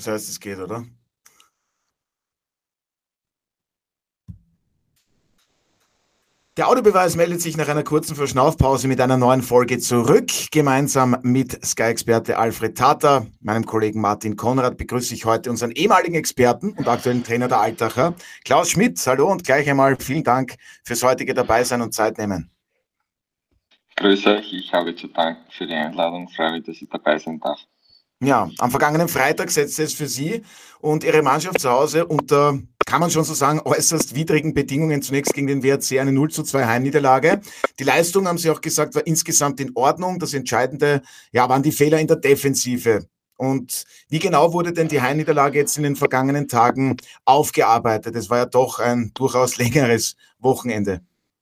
Das heißt, es geht, oder? Der Audiobeweis meldet sich nach einer kurzen Verschnaufpause mit einer neuen Folge zurück. Gemeinsam mit Sky-Experte Alfred Tata, meinem Kollegen Martin Konrad, begrüße ich heute unseren ehemaligen Experten und aktuellen Trainer der Altacher, Klaus Schmidt. Hallo und gleich einmal vielen Dank fürs heutige Dabeisein und Zeit nehmen. Grüß euch, ich habe zu danken für die Einladung. Freue mich, dass ich dabei sein darf. Ja, am vergangenen Freitag setzte es für Sie und Ihre Mannschaft zu Hause unter, kann man schon so sagen, äußerst widrigen Bedingungen zunächst gegen den WRC eine 0:2 Heimniederlage. Die Leistung, haben Sie auch gesagt, war insgesamt in Ordnung. Das Entscheidende, ja, waren die Fehler in der Defensive. Und wie genau wurde denn die Heimniederlage jetzt in den vergangenen Tagen aufgearbeitet? Es war ja doch ein durchaus längeres Wochenende.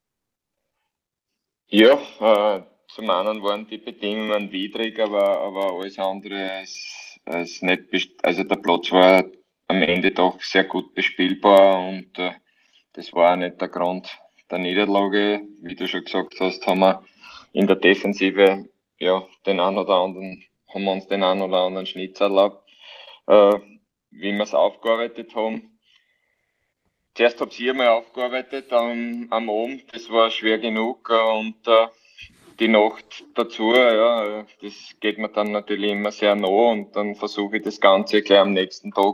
Ja, zum einen waren die Bedingungen widrig, aber alles andere als nicht. Also der Platz war am Ende doch sehr gut bespielbar und das war auch nicht der Grund der Niederlage. Wie du schon gesagt hast, haben wir in der Defensive ja haben wir uns den einen oder anderen Schnitzer erlaubt. Wie wir es aufgearbeitet haben. Zuerst habe ich einmal aufgearbeitet am Abend, das war schwer genug und die Nacht dazu, ja, das geht mir dann natürlich immer sehr nah und dann versuche ich das Ganze gleich am nächsten Tag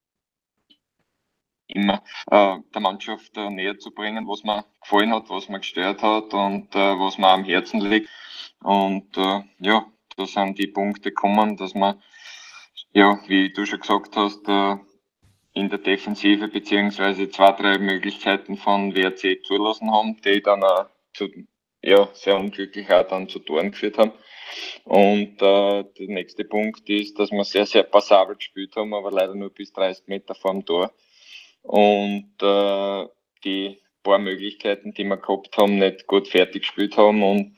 immer der Mannschaft näher zu bringen, was mir gefallen hat, was mir gestört hat und was mir am Herzen liegt. Und ja, da sind die Punkte gekommen, dass man, ja, wie du schon gesagt hast, in der Defensive beziehungsweise 2, 3 Möglichkeiten von WRC zulassen haben, die dann auch sehr unglücklich auch dann zu Toren geführt haben. Und der nächste Punkt ist, dass wir sehr, sehr passabel gespielt haben, aber leider nur bis 30 Meter vorm Tor. Und die paar Möglichkeiten, die wir gehabt haben, nicht gut fertig gespielt haben und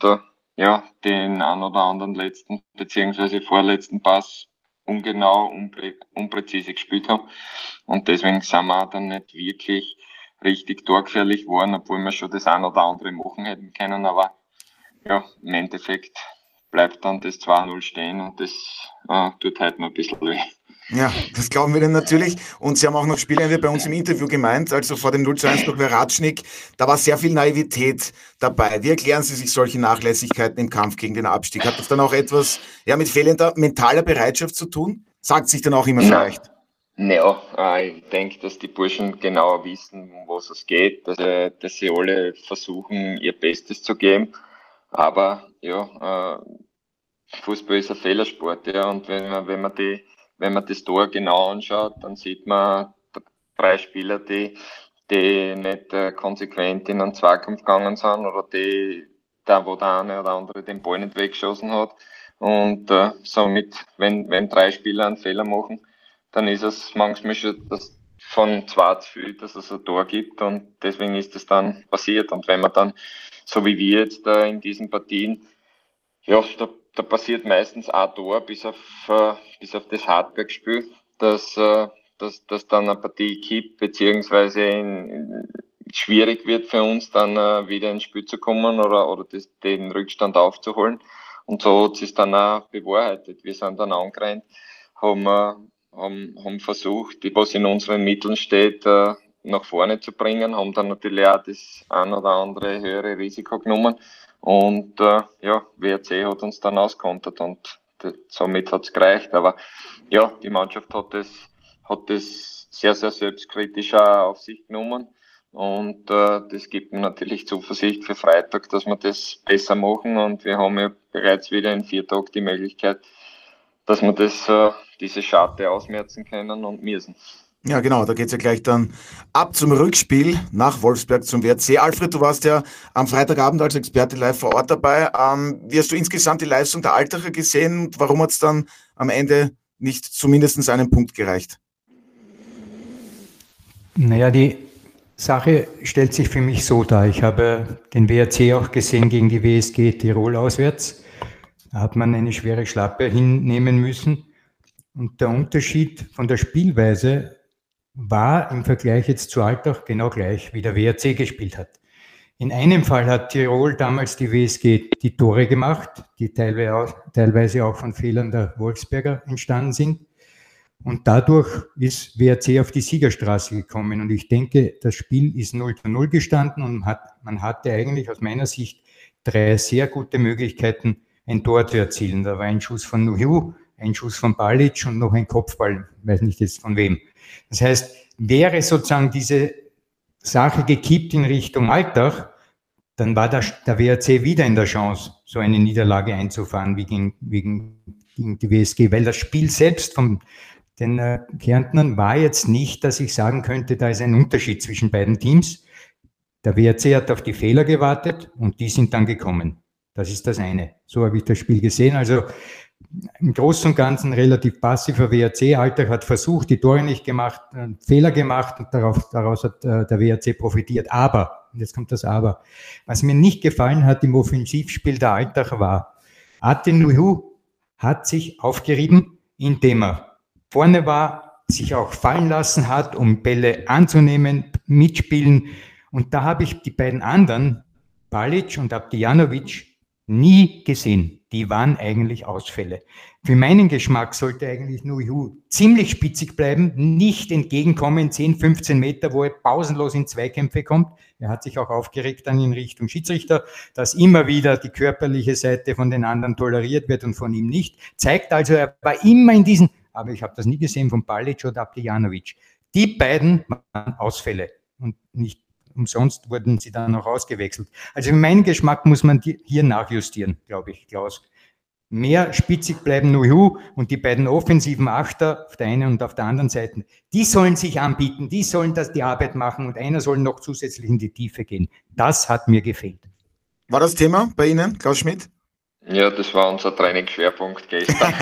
den ein oder anderen letzten beziehungsweise vorletzten Pass ungenau, unpräzise gespielt haben. Und deswegen sind wir auch dann nicht wirklich richtig torgefährlich geworden, obwohl wir schon das ein oder andere machen hätten können. Aber ja, im Endeffekt bleibt dann das 2:0 stehen und das tut halt noch ein bisschen weh. Ja, das glauben wir denn natürlich. Und Sie haben auch noch Spielende bei uns im Interview gemeint, also vor dem 0:1 durch Veratschnik, da war sehr viel Naivität dabei. Wie erklären Sie sich solche Nachlässigkeiten im Kampf gegen den Abstieg? Hat das dann auch etwas mit fehlender mentaler Bereitschaft zu tun? Sagt sich dann auch immer so leicht? Ja, ich denke, dass die Burschen genauer wissen, um was es geht, dass sie alle versuchen, ihr Bestes zu geben. Aber ja, Fußball ist ein Fehlersport, ja, und wenn man das Tor genau anschaut, dann sieht man 3 Spieler, die nicht konsequent in einen Zweikampf gegangen sind oder wo der eine oder andere den Ball nicht weggeschossen hat. Und somit, wenn 3 Spieler einen Fehler machen, dann ist es manchmal schon von 2 zu viel, dass es ein Tor gibt und deswegen ist es dann passiert. Und wenn man dann, so wie wir jetzt in diesen Partien, ja, da passiert meistens ein Tor bis auf das Hartberg-Spiel, dass dann eine Partie kippt, beziehungsweise schwierig wird für uns, dann wieder ins Spiel zu kommen oder den Rückstand aufzuholen. Und so hat es dann auch bewahrheitet. Wir sind dann angerannt, haben versucht, was in unseren Mitteln steht, nach vorne zu bringen, haben dann natürlich auch das ein oder andere höhere Risiko genommen. Und WRC hat uns dann auskontert und somit hat es gereicht. Aber ja, die Mannschaft hat das sehr, sehr selbstkritisch auch auf sich genommen. Und das gibt mir natürlich Zuversicht für Freitag, dass wir das besser machen. Und wir haben ja bereits wieder in 4 Tagen die Möglichkeit, dass wir diese Scharte ausmerzen können und müssen. Ja, genau, da geht's ja gleich dann ab zum Rückspiel nach Wolfsberg zum WRC. Alfred, du warst ja am Freitagabend als Experte live vor Ort dabei. Wie hast du insgesamt die Leistung der Altacher gesehen und warum hat's dann am Ende nicht zumindest einen Punkt gereicht? Naja, die Sache stellt sich für mich so dar. Ich habe den WRC auch gesehen gegen die WSG Tirol auswärts. Da hat man eine schwere Schlappe hinnehmen müssen. Und der Unterschied von der Spielweise war im Vergleich jetzt zu Altach genau gleich, wie der WRC gespielt hat. In einem Fall hat Tirol damals die WSG die Tore gemacht, die teilweise auch von Fehlern der Wolfsberger entstanden sind. Und dadurch ist WRC auf die Siegerstraße gekommen. Und ich denke, das Spiel ist 0:0 gestanden und man hatte eigentlich aus meiner Sicht 3 sehr gute Möglichkeiten, ein Tor zu erzielen. Da war ein Schuss von Nuhiu, ein Schuss von Balic und noch ein Kopfball, weiß nicht jetzt von wem. Das heißt, wäre sozusagen diese Sache gekippt in Richtung Altach, dann war der WRC wieder in der Chance, so eine Niederlage einzufahren wie gegen die WSG, weil das Spiel selbst von den Kärntnern war jetzt nicht, dass ich sagen könnte, da ist ein Unterschied zwischen beiden Teams. Der WRC hat auf die Fehler gewartet und die sind dann gekommen. Das ist das eine. So habe ich das Spiel gesehen. Also im Großen und Ganzen relativ passiver WRC. Altach hat versucht, die Tore nicht gemacht, Fehler gemacht und daraus hat der WRC profitiert. Aber, und jetzt kommt das Aber, was mir nicht gefallen hat im Offensivspiel der Altacher war, Atin Nuhiu hat sich aufgerieben, indem er vorne war, sich auch fallen lassen hat, um Bälle anzunehmen, mitspielen. Und da habe ich die beiden anderen, Balic und Abdijanovic, nie gesehen. Die waren eigentlich Ausfälle. Für meinen Geschmack sollte eigentlich Nuhiu ziemlich spitzig bleiben, nicht entgegenkommen, 10, 15 Meter, wo er pausenlos in Zweikämpfe kommt. Er hat sich auch aufgeregt dann in Richtung Schiedsrichter, dass immer wieder die körperliche Seite von den anderen toleriert wird und von ihm nicht. Zeigt also, er war immer in diesen, aber ich habe das nie gesehen von Balic oder Abdijanovic. Die beiden waren Ausfälle und nicht umsonst wurden sie dann noch ausgewechselt. Also für meinen Geschmack muss man hier nachjustieren, glaube ich, Klaus. Mehr spitzig bleiben Nuhiu und die beiden offensiven Achter auf der einen und auf der anderen Seite, die sollen sich anbieten, die sollen die Arbeit machen und einer soll noch zusätzlich in die Tiefe gehen. Das hat mir gefehlt. War das Thema bei Ihnen, Klaus Schmidt? Ja, das war unser Trainingsschwerpunkt gestern.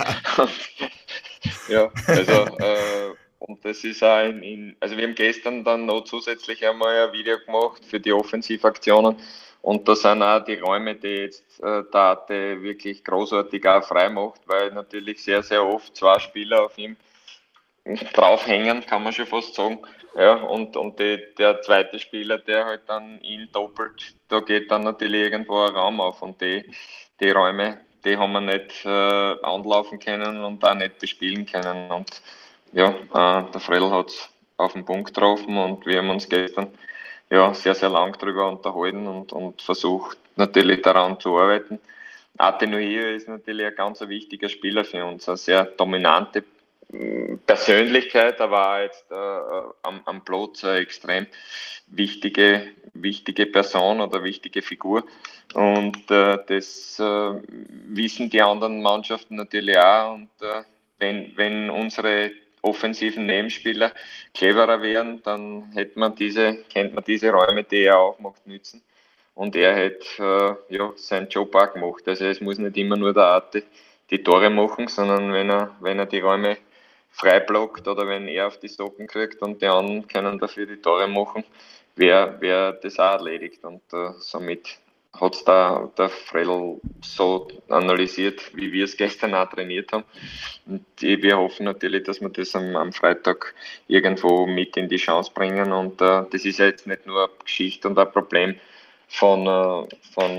Ja, also und das ist auch also wir haben gestern dann noch zusätzlich einmal ein Video gemacht für die Offensivaktionen und da sind auch die Räume, die jetzt Tate wirklich großartig auch frei macht, weil natürlich sehr, sehr oft 2 Spieler auf ihm draufhängen, kann man schon fast sagen. Ja, und der zweite Spieler, der halt dann ihn doppelt, da geht dann natürlich irgendwo ein Raum auf und die Räume, die haben wir nicht anlaufen können und auch nicht bespielen können. Und ja, der Fredl hat es auf den Punkt getroffen und wir haben uns gestern sehr, sehr lang darüber unterhalten und versucht natürlich daran zu arbeiten. Atin Nuhiu ist natürlich ein ganz wichtiger Spieler für uns, eine sehr dominante Persönlichkeit, aber auch jetzt am Platz eine extrem wichtige Person oder wichtige Figur. Und das wissen die anderen Mannschaften natürlich auch. Und wenn unsere offensiven Nebenspieler cleverer wären, dann könnte man diese Räume, die er aufmacht, nützen. Und er hat seinen Job auch gemacht. Also es muss nicht immer nur der Arte die Tore machen, sondern wenn er die Räume frei blockt oder wenn er auf die Socken kriegt und die anderen können dafür die Tore machen, wäre das auch erledigt. Und somit hat es der Fredl so analysiert, wie wir es gestern auch trainiert haben. Und wir hoffen natürlich, dass wir das am Freitag irgendwo mit in die Chance bringen. Und das ist ja jetzt nicht nur eine Geschichte und ein Problem von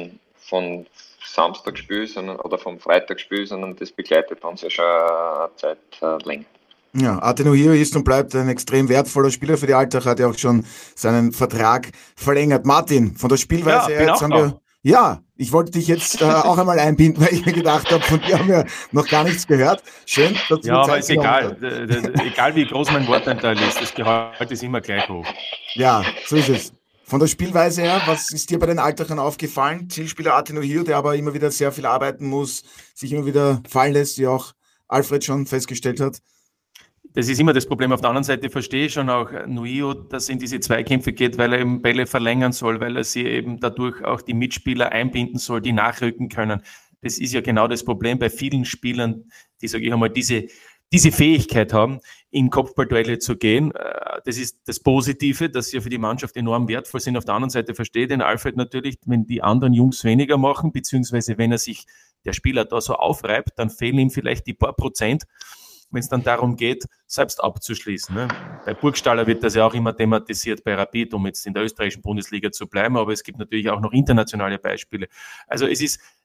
Samstagspiel oder vom Freitagsspiel, sondern das begleitet uns ja schon eine Zeit länger. Ja, Atin Nuhiu ist und bleibt ein extrem wertvoller Spieler für die Altach, hat ja auch schon seinen Vertrag verlängert. Martin, von der Spielweise her, jetzt haben wir... Ja, ich wollte dich jetzt auch einmal einbinden, weil ich mir gedacht habe, von dir haben wir noch gar nichts gehört. Schön, dass du aber ist egal. Egal wie groß mein Wortanteil ist, das Gehalt ist immer gleich hoch. Ja, so ist es. Von der Spielweise her, was ist dir bei den Altachern aufgefallen? Zielspieler Atin Nuhiu, der aber immer wieder sehr viel arbeiten muss, sich immer wieder fallen lässt, wie auch Alfred schon festgestellt hat. Das ist immer das Problem. Auf der anderen Seite verstehe ich schon auch Nuhiu, dass es in diese Zweikämpfe geht, weil er eben Bälle verlängern soll, weil er sie eben dadurch auch die Mitspieler einbinden soll, die nachrücken können. Das ist ja genau das Problem bei vielen Spielern, die, sage ich einmal, diese Fähigkeit haben, in Kopfballduelle zu gehen. Das ist das Positive, dass sie ja für die Mannschaft enorm wertvoll sind. Auf der anderen Seite verstehe ich den Alfred natürlich, wenn die anderen Jungs weniger machen, beziehungsweise wenn der Spieler da so aufreibt, dann fehlen ihm vielleicht die paar Prozent, wenn es dann darum geht, selbst abzuschließen. Ne? Bei Burgstaller wird das ja auch immer thematisiert, bei Rapid, um jetzt in der österreichischen Bundesliga zu bleiben, aber es gibt natürlich auch noch internationale Beispiele. Also es ist,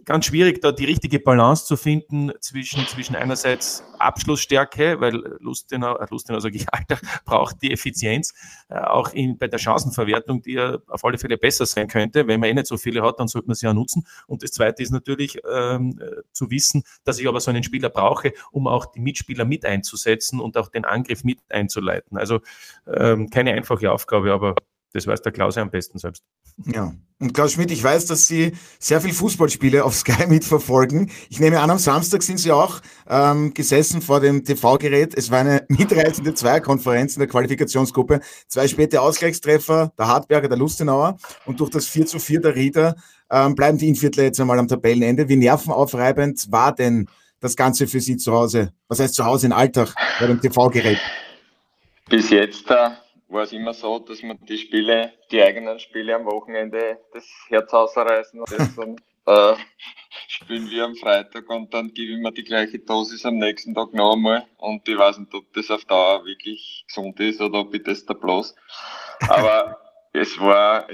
ganz schwierig, da die richtige Balance zu finden zwischen einerseits Abschlussstärke, weil Lustenau sage ich, Alltag braucht die Effizienz, auch bei der Chancenverwertung, die ja auf alle Fälle besser sein könnte. Wenn man nicht so viele hat, dann sollte man sie ja nutzen. Und das Zweite ist natürlich zu wissen, dass ich aber so einen Spieler brauche, um auch die Mitspieler mit einzusetzen und auch den Angriff mit einzuleiten. Also keine einfache Aufgabe, aber das weiß der Klaus am besten selbst. Ja, und Klaus Schmidt, ich weiß, dass Sie sehr viel Fußballspiele auf Sky mitverfolgen. Ich nehme an, am Samstag sind Sie auch gesessen vor dem TV-Gerät. Es war eine mitreißende Zweierkonferenz in der Qualifikationsgruppe. 2 späte Ausgleichstreffer, der Hartberger, der Lustenauer, und durch das 4:4 der Rieder bleiben die Innviertler jetzt einmal am Tabellenende. Wie nervenaufreibend war denn das Ganze für Sie zu Hause? Was heißt zu Hause in Alltag bei dem TV-Gerät? Bis jetzt war es immer so, dass man die eigenen Spiele am Wochenende das Herz ausreißen und das dann spielen wir am Freitag und dann gebe ich mir die gleiche Dosis am nächsten Tag noch einmal und ich weiß nicht, ob das auf Dauer wirklich gesund ist oder ob ich das da bloß. Aber es war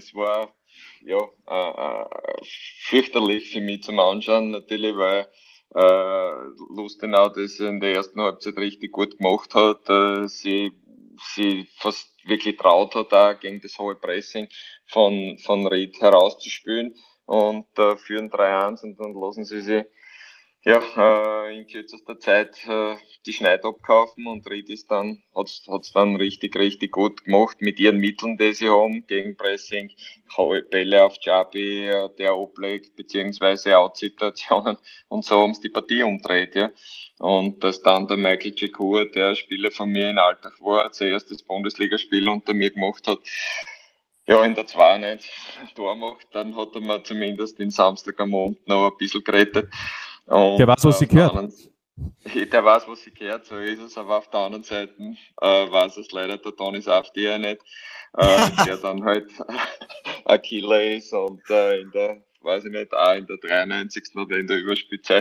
fürchterlich für mich zum Anschauen, natürlich, weil Lustenau das in der ersten Halbzeit richtig gut gemacht hat, sie fast wirklich traut hat, da gegen das hohe Pressing von Ried herauszuspielen und führen 3-1 und dann lassen sie sich in kürzester Zeit die Schneid abkaufen und Ried hat's dann richtig, richtig gut gemacht mit ihren Mitteln, die sie haben, gegen Pressing, hohe Bälle auf Chabi, der ablegt, beziehungsweise Outsituationen und so haben sie die Partie umdreht, ja. Und dass dann der Michael Cekur, der Spieler von mir in Alltag war, zuerst das Bundesligaspiel unter mir gemacht hat, in der 92 Tor macht, dann hat er mir zumindest den Samstag am Abend noch ein bisschen gerettet. Und der weiß, was sie gehört. Der weiß, was sie gehört, so ist es, aber auf der anderen Seite weiß es leider der Toni Safti ja nicht, der dann halt ein Killer ist und in der 93. oder in der Überspielzeit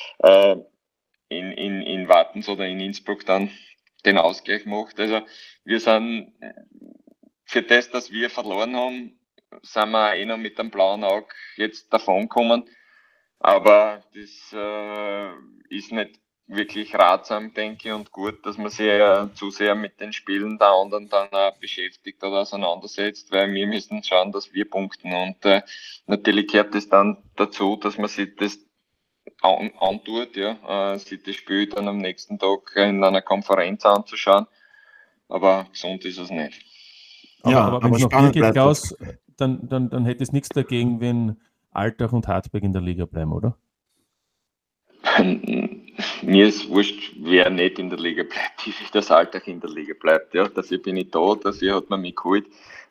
in Wattens oder in Innsbruck dann den Ausgleich macht. Also wir sind für das, dass wir verloren haben, sind wir auch noch mit einem blauen Auge jetzt davon gekommen. Aber das ist nicht wirklich ratsam, denke ich, und gut, dass man sich zu sehr mit den Spielen der anderen dann auch beschäftigt oder auseinandersetzt, weil wir müssen schauen, dass wir punkten. Und natürlich gehört es dann dazu, dass man sich das antut, sich das Spiel dann am nächsten Tag in einer Konferenz anzuschauen. Aber gesund ist es nicht. Aber wenn es noch dir geht, Klaus, dann hätte es nichts dagegen, wenn Alltag und Hartberg in der Liga bleiben, oder? Mir ist wurscht, wer nicht in der Liga bleibt, dass Alltag in der Liga bleibt. Ja. Dafür bin ich da, dafür hat man mich geholt.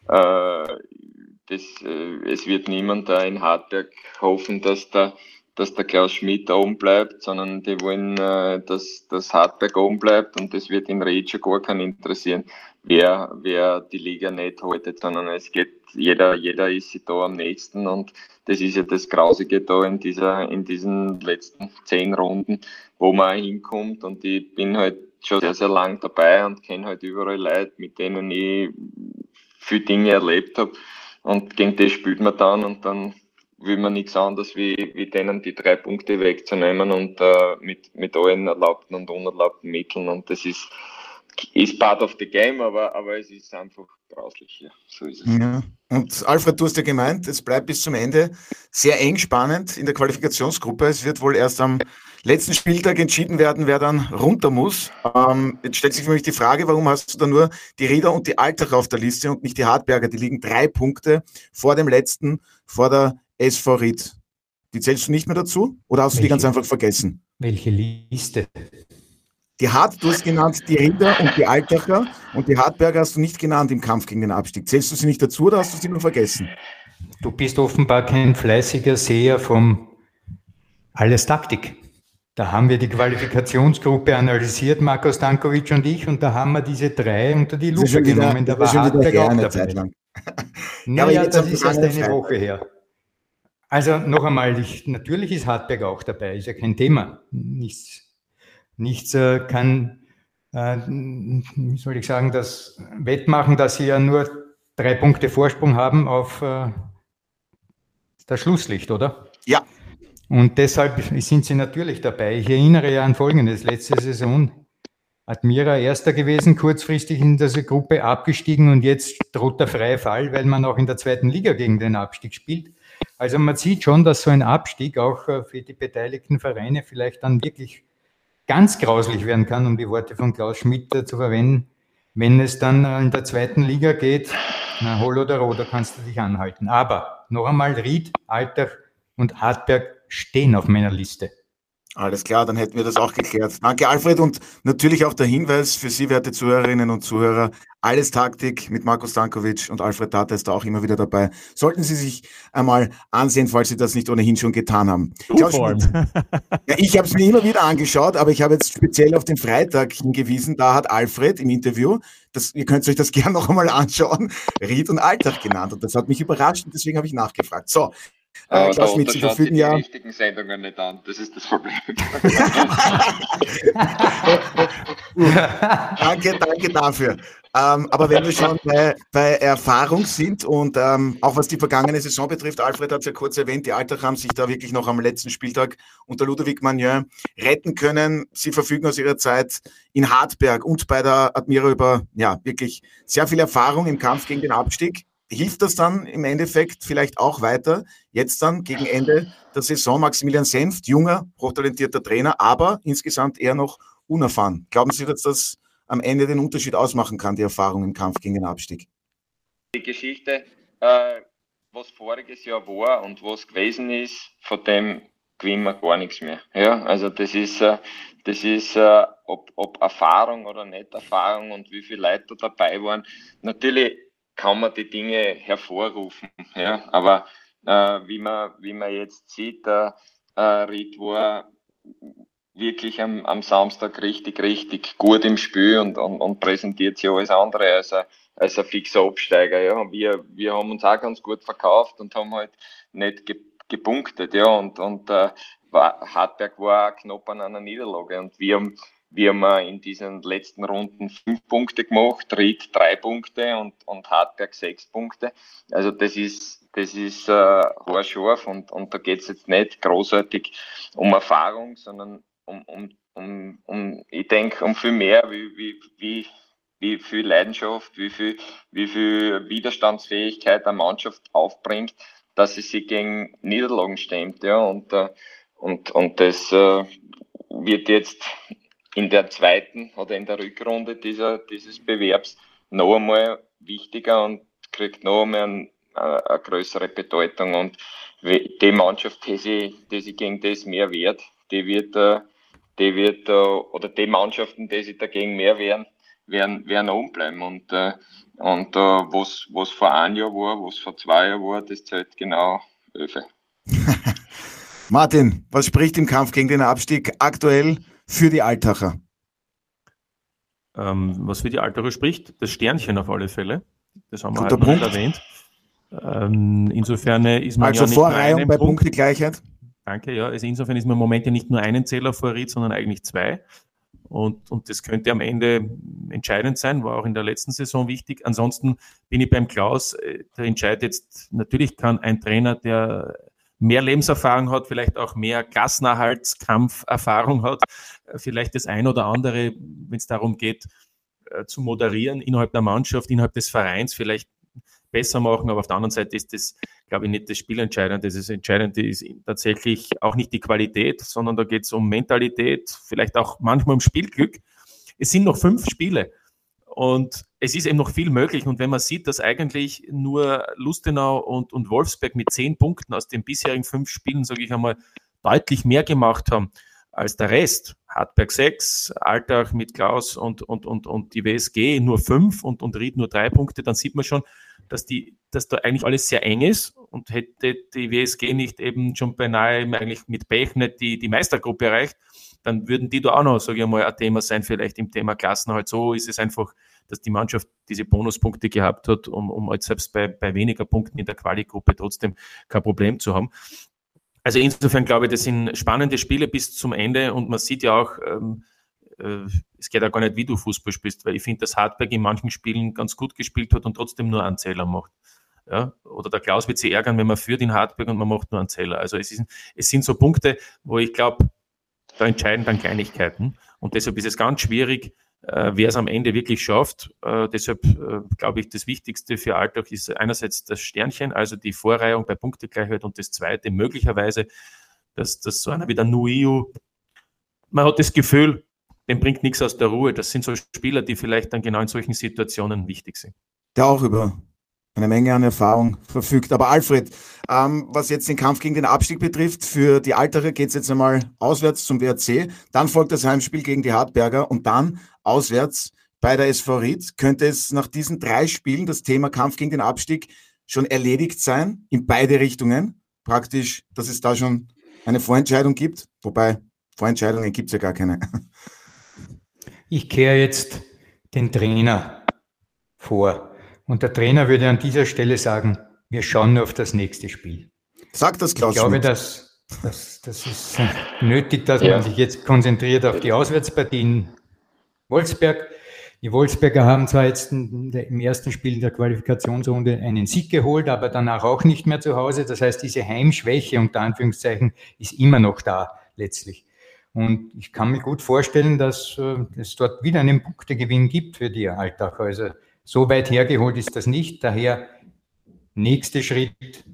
Es wird niemand da in Hartberg hoffen, dass der Klaus Schmidt da oben bleibt, sondern die wollen, dass Hartberg oben bleibt und das wird in Ried schon gar keinen interessieren, wer die Liga nicht haltet, sondern es geht, jeder ist sich da am nächsten und das ist ja das Grausige da in diesen letzten 10 Runden, wo man hinkommt und ich bin halt schon sehr, sehr lang dabei und kenne halt überall Leute, mit denen ich viele Dinge erlebt habe und gegen das spielt man dann und dann will man nichts anderes wie denen die 3 Punkte wegzunehmen und mit allen erlaubten und unerlaubten Mitteln und das ist part of the game, aber es ist einfach grauslich, ja. So ist es. Ja. Und Alfred, du hast ja gemeint, es bleibt bis zum Ende sehr eng spannend in der Qualifikationsgruppe. Es wird wohl erst am letzten Spieltag entschieden werden, wer dann runter muss. Jetzt stellt sich für mich die Frage, warum hast du da nur die Rieder und die Altacher auf der Liste und nicht die Hartberger? Die liegen 3 Punkte vor dem letzten, vor der SV Ried. Die zählst du nicht mehr dazu? Oder hast du die ganz einfach vergessen? Welche Liste? Du hast genannt die Rieder und die Altacher und die Hartberger hast du nicht genannt im Kampf gegen den Abstieg. Zählst du sie nicht dazu oder hast du sie nur vergessen? Du bist offenbar kein fleißiger Seher vom Alles Taktik. Da haben wir die Qualifikationsgruppe analysiert, Marko Stankovic und ich, und da haben wir diese 3 unter die Lupe genommen. Da war Hartberg auch dabei. Zeit lang. Naja, das ist erst eine Woche her. Also noch einmal, natürlich ist Hartberg auch dabei, ist ja kein Thema. Nichts kann, wie soll ich sagen, das wettmachen, dass sie ja nur 3 Punkte Vorsprung haben auf das Schlusslicht, oder? Ja. Und deshalb sind sie natürlich dabei. Ich erinnere ja an Folgendes. Letzte Saison Admira Erster gewesen, kurzfristig in dieser Gruppe abgestiegen und jetzt droht der freie Fall, weil man auch in der zweiten Liga gegen den Abstieg spielt. Also man sieht schon, dass so ein Abstieg auch für die beteiligten Vereine vielleicht dann wirklich ganz grauslich werden kann, um die Worte von Klaus Schmidt zu verwenden. Wenn es dann in der zweiten Liga geht, na, Hol oder Roh, da kannst du dich anhalten. Aber noch einmal, Ried, Altach und Hartberg stehen auf meiner Liste. Alles klar, dann hätten wir das auch geklärt. Danke, Alfred, und natürlich auch der Hinweis für Sie, werte Zuhörerinnen und Zuhörer, Alles Taktik mit Marco Stankovic und Alfred Tata ist da auch immer wieder dabei. Sollten Sie sich einmal ansehen, falls Sie das nicht ohnehin schon getan haben. Ja, ich habe es mir immer wieder angeschaut, aber ich habe jetzt speziell auf den Freitag hingewiesen, da hat Alfred im Interview, ihr könnt euch das gerne noch einmal anschauen, Ried und Altach genannt und das hat mich überrascht und deswegen habe ich nachgefragt. So, Klaus Schmidt, Sie verfügen ja die richtigen Sendungen nicht an, das ist das Problem. Danke dafür. Aber wenn wir schon bei Erfahrung sind und auch was die vergangene Saison betrifft, Alfred hat es ja kurz erwähnt, die Altach haben sich da wirklich noch am letzten Spieltag unter Ludovic Magnin retten können. Sie verfügen aus ihrer Zeit in Hartberg und bei der Admira über wirklich sehr viel Erfahrung im Kampf gegen den Abstieg. Hilft das dann im Endeffekt vielleicht auch weiter, jetzt dann gegen Ende der Saison? Maximilian Senft, junger, hochtalentierter Trainer, aber insgesamt eher noch unerfahren. Glauben Sie, dass das am Ende den Unterschied ausmachen kann, die Erfahrung im Kampf gegen den Abstieg? Die Geschichte, was voriges Jahr war und was gewesen ist, von dem gewinnen wir gar nichts mehr. Ja, also das ist ob Erfahrung oder nicht Erfahrung und wie viele Leute da dabei waren. Natürlich kann man die Dinge hervorrufen, ja, aber wie man jetzt sieht, Ried war wirklich am Samstag richtig gut im Spiel und präsentiert sich alles andere als ein fixer Absteiger. Ja. Und wir haben uns auch ganz gut verkauft und haben halt nicht gepunktet. Ja. Und Hartberg war knapp an einer Niederlage. Und wir haben in diesen letzten Runden 5 Punkte gemacht, Ried 3 Punkte und Hartberg 6 Punkte. Also das ist haarscharf und da geht es jetzt nicht großartig um Erfahrung, sondern ich denke, um viel mehr, wie viel Leidenschaft, wie viel Widerstandsfähigkeit eine Mannschaft aufbringt, dass sie sich gegen Niederlagen stemmt, ja, und das wird jetzt in der zweiten oder in der Rückrunde dieses Bewerbs noch einmal wichtiger und kriegt noch einmal eine größere Bedeutung, und die Mannschaft, die sich gegen das mehr wehrt, die wird oder die Mannschaften, die sich dagegen mehr wehren, werden umbleiben. Und was vor einem Jahr war, was vor 2 Jahren war, das zählt genau 11. Martin, was spricht im Kampf gegen den Abstieg aktuell für die Altacher? Was für die Altacher spricht? Das Sternchen auf alle Fälle. Das haben wir halt noch nicht erwähnt. Insofern ist man also Vorreihung bei Punktegleichheit. Danke, ja. Also insofern ist man im Moment ja nicht nur einen Zähler vor Ried, sondern eigentlich 2. Und das könnte am Ende entscheidend sein, war auch in der letzten Saison wichtig. Ansonsten bin ich beim Klaus, der entscheidet jetzt, natürlich kann ein Trainer, der mehr Lebenserfahrung hat, vielleicht auch mehr Klassenerhaltskampferfahrung hat, vielleicht das ein oder andere, wenn es darum geht, zu moderieren innerhalb der Mannschaft, innerhalb des Vereins, vielleicht besser machen, aber auf der anderen Seite ist das, glaube ich, nicht das Spielentscheidende. Das Entscheidende ist tatsächlich auch nicht die Qualität, sondern da geht es um Mentalität, vielleicht auch manchmal um Spielglück. Es sind noch 5 Spiele und es ist eben noch viel möglich, und wenn man sieht, dass eigentlich nur Lustenau und Wolfsberg mit 10 Punkten aus den bisherigen 5 Spielen, sage ich einmal, deutlich mehr gemacht haben als der Rest, Hartberg 6, Altach mit Klaus und die WSG nur 5 und Ried nur 3 Punkte, dann sieht man schon, dass da eigentlich alles sehr eng ist, und hätte die WSG nicht eben schon beinahe eigentlich mit Pech nicht die Meistergruppe erreicht, dann würden die da auch noch, sage ich mal, ein Thema sein, vielleicht im Thema Klassenerhalt. So ist es einfach, dass die Mannschaft diese Bonuspunkte gehabt hat, um halt selbst bei weniger Punkten in der Quali-Gruppe trotzdem kein Problem zu haben. Also insofern glaube ich, das sind spannende Spiele bis zum Ende, und man sieht ja auch, es geht ja gar nicht, wie du Fußball spielst, weil ich finde, dass Hartberg in manchen Spielen ganz gut gespielt hat und trotzdem nur einen Zähler macht. Ja? Oder der Klaus wird sich ärgern, wenn man führt in Hartberg und man macht nur einen Zeller. Also es sind so Punkte, wo ich glaube, da entscheiden dann Kleinigkeiten. Und deshalb ist es ganz schwierig, wer es am Ende wirklich schafft. Deshalb glaube ich, das Wichtigste für Altach ist einerseits das Sternchen, also die Vorreihung bei Punktegleichheit, und das Zweite möglicherweise, dass so einer wie der Nuio, man hat das Gefühl, dem bringt nichts aus der Ruhe. Das sind so Spieler, die vielleicht dann genau in solchen Situationen wichtig sind. Der auch über eine Menge an Erfahrung verfügt. Aber Alfred, was jetzt den Kampf gegen den Abstieg betrifft, für die Altacher geht es jetzt einmal auswärts zum WRC, dann folgt das Heimspiel gegen die Hartberger und dann auswärts bei der SV Ried. Könnte es nach diesen 3 Spielen das Thema Kampf gegen den Abstieg schon erledigt sein, in beide Richtungen? Praktisch, dass es da schon eine Vorentscheidung gibt, wobei Vorentscheidungen gibt es ja gar keine. Ich kehre jetzt den Trainer vor. Und der Trainer würde an dieser Stelle sagen, wir schauen nur auf das nächste Spiel. Sagt das Klaus Ich glaube, Schmidt. das ist nötig, dass man sich jetzt konzentriert auf die Auswärtspartie in Wolfsberg. Die Wolfsberger haben zwar jetzt im ersten Spiel der Qualifikationsrunde einen Sieg geholt, aber danach auch nicht mehr zu Hause. Das heißt, diese Heimschwäche unter Anführungszeichen ist immer noch da letztlich. Und ich kann mir gut vorstellen, dass es dort wieder einen Punktegewinn gibt für die Altacher. Also so weit hergeholt ist das nicht. Daher nächster Schritt,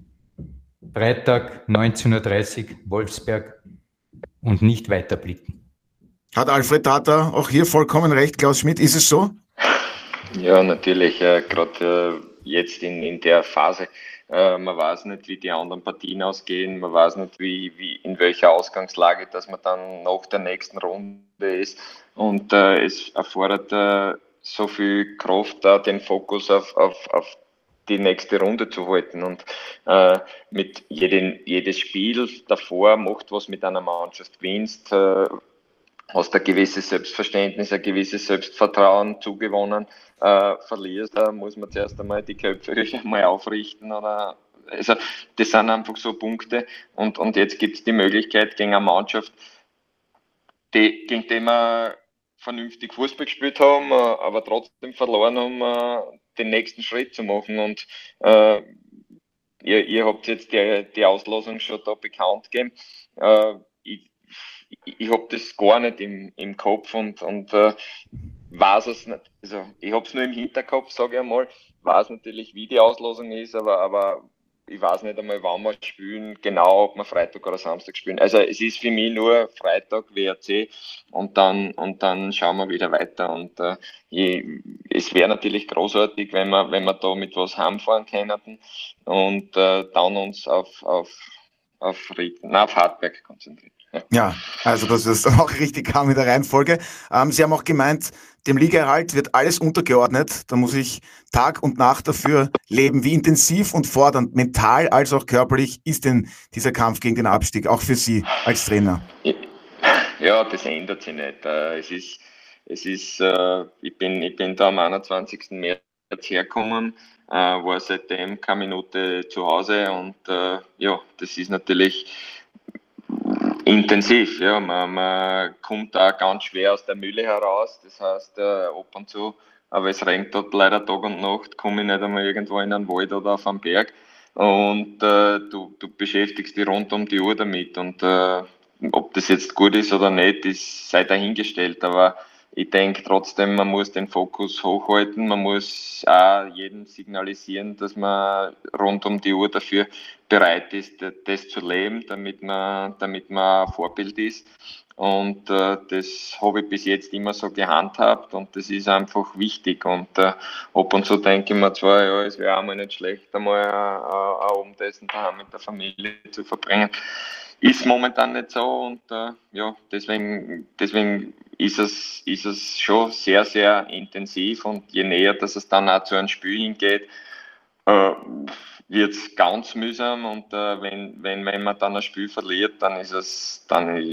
Freitag 19:30 Uhr Wolfsberg und nicht weiter blicken. Hat Alfred Tata auch hier vollkommen recht, Klaus Schmidt? Ist es so? Ja, natürlich. Gerade jetzt in der Phase. Man weiß nicht, wie die anderen Partien ausgehen. Man weiß nicht, in welcher Ausgangslage, dass man dann nach der nächsten Runde ist. Und es erfordert so viel Kraft, den Fokus auf die nächste Runde zu halten. Und mit jedes Spiel davor macht was mit einer Mannschaft. Gewinnst, hast ein gewisses Selbstverständnis, ein gewisses Selbstvertrauen zugewonnen. Verlierst, da muss man zuerst einmal die Köpfe mal aufrichten. Also das sind einfach so Punkte. Und jetzt gibt es die Möglichkeit gegen eine Mannschaft, gegen die wir vernünftig Fußball gespielt haben, aber trotzdem verloren haben, den nächsten Schritt zu machen. Und ihr habt jetzt die Auslosung schon da bekannt gegeben. Ich habe das gar nicht im Kopf und weiß es nicht. Also ich habe es nur im Hinterkopf, sage ich einmal. Weiß natürlich, wie die Auslosung ist, aber ich weiß nicht einmal, wann wir spielen, genau, ob wir Freitag oder Samstag spielen. Also es ist für mich nur Freitag, WRC und dann schauen wir wieder weiter. Und es wäre natürlich großartig, wenn wir da mit was heimfahren könnten und dann uns auf Hartberg konzentrieren. Ja, also das ist auch richtig kam mit der Reihenfolge. Sie haben auch gemeint, dem Ligaerhalt wird alles untergeordnet. Da muss ich Tag und Nacht dafür leben. Wie intensiv und fordernd, mental als auch körperlich, ist denn dieser Kampf gegen den Abstieg, auch für Sie als Trainer? Ja, das ändert sich nicht. Ich bin da am 21. März hergekommen, war seitdem keine Minute zu Hause und das ist natürlich intensiv, ja. Man kommt da ganz schwer aus der Mühle heraus. Das heißt, ab und zu, aber es regnet dort leider Tag und Nacht, komme ich nicht einmal irgendwo in einen Wald oder auf einen Berg. Und du beschäftigst dich rund um die Uhr damit. Und ob das jetzt gut ist oder nicht, sei dahingestellt. Aber ich denke trotzdem, man muss den Fokus hochhalten. Man muss auch jedem signalisieren, dass man rund um die Uhr dafür bereit ist, das zu leben, damit man ein Vorbild ist. Und das habe ich bis jetzt immer so gehandhabt und das ist einfach wichtig. Und ab und zu denke ich mir zwar, ja, es wäre auch mal nicht schlecht, einmal ein Abendessen daheim mit der Familie zu verbringen. Ist momentan nicht so und deswegen ist es schon sehr, sehr intensiv und je näher, dass es dann auch zu einem Spiel hingeht, wird es ganz mühsam und wenn man dann ein Spiel verliert, dann ist es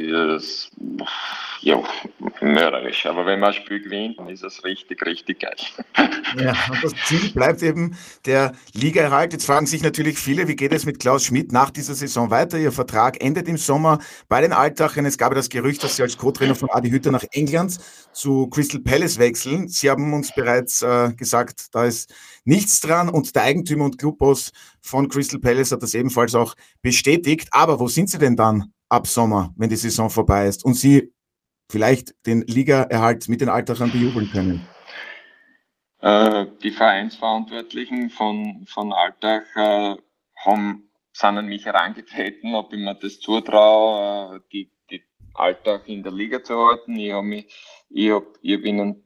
mörderisch. Aber wenn man ein Spiel gewinnt, dann ist es richtig, richtig geil. Ja, und das Ziel bleibt eben der Ligaerhalt. Jetzt fragen sich natürlich viele, wie geht es mit Klaus Schmidt nach dieser Saison weiter? Ihr Vertrag endet im Sommer bei den Altachern. Es gab ja das Gerücht, dass Sie als Co-Trainer von Adi Hütter nach England zu Crystal Palace wechseln. Sie haben uns bereits gesagt, da ist nichts dran und der eigentliche Eigentümer und Clubboss von Crystal Palace hat das ebenfalls auch bestätigt. Aber wo sind Sie denn dann ab Sommer, wenn die Saison vorbei ist und Sie vielleicht den Ligaerhalt mit den Altachern bejubeln können? Die Vereinsverantwortlichen von Altach sind an mich herangetreten, ob ich mir das zutraue, die Altach in der Liga zu halten. Ich habe ihnen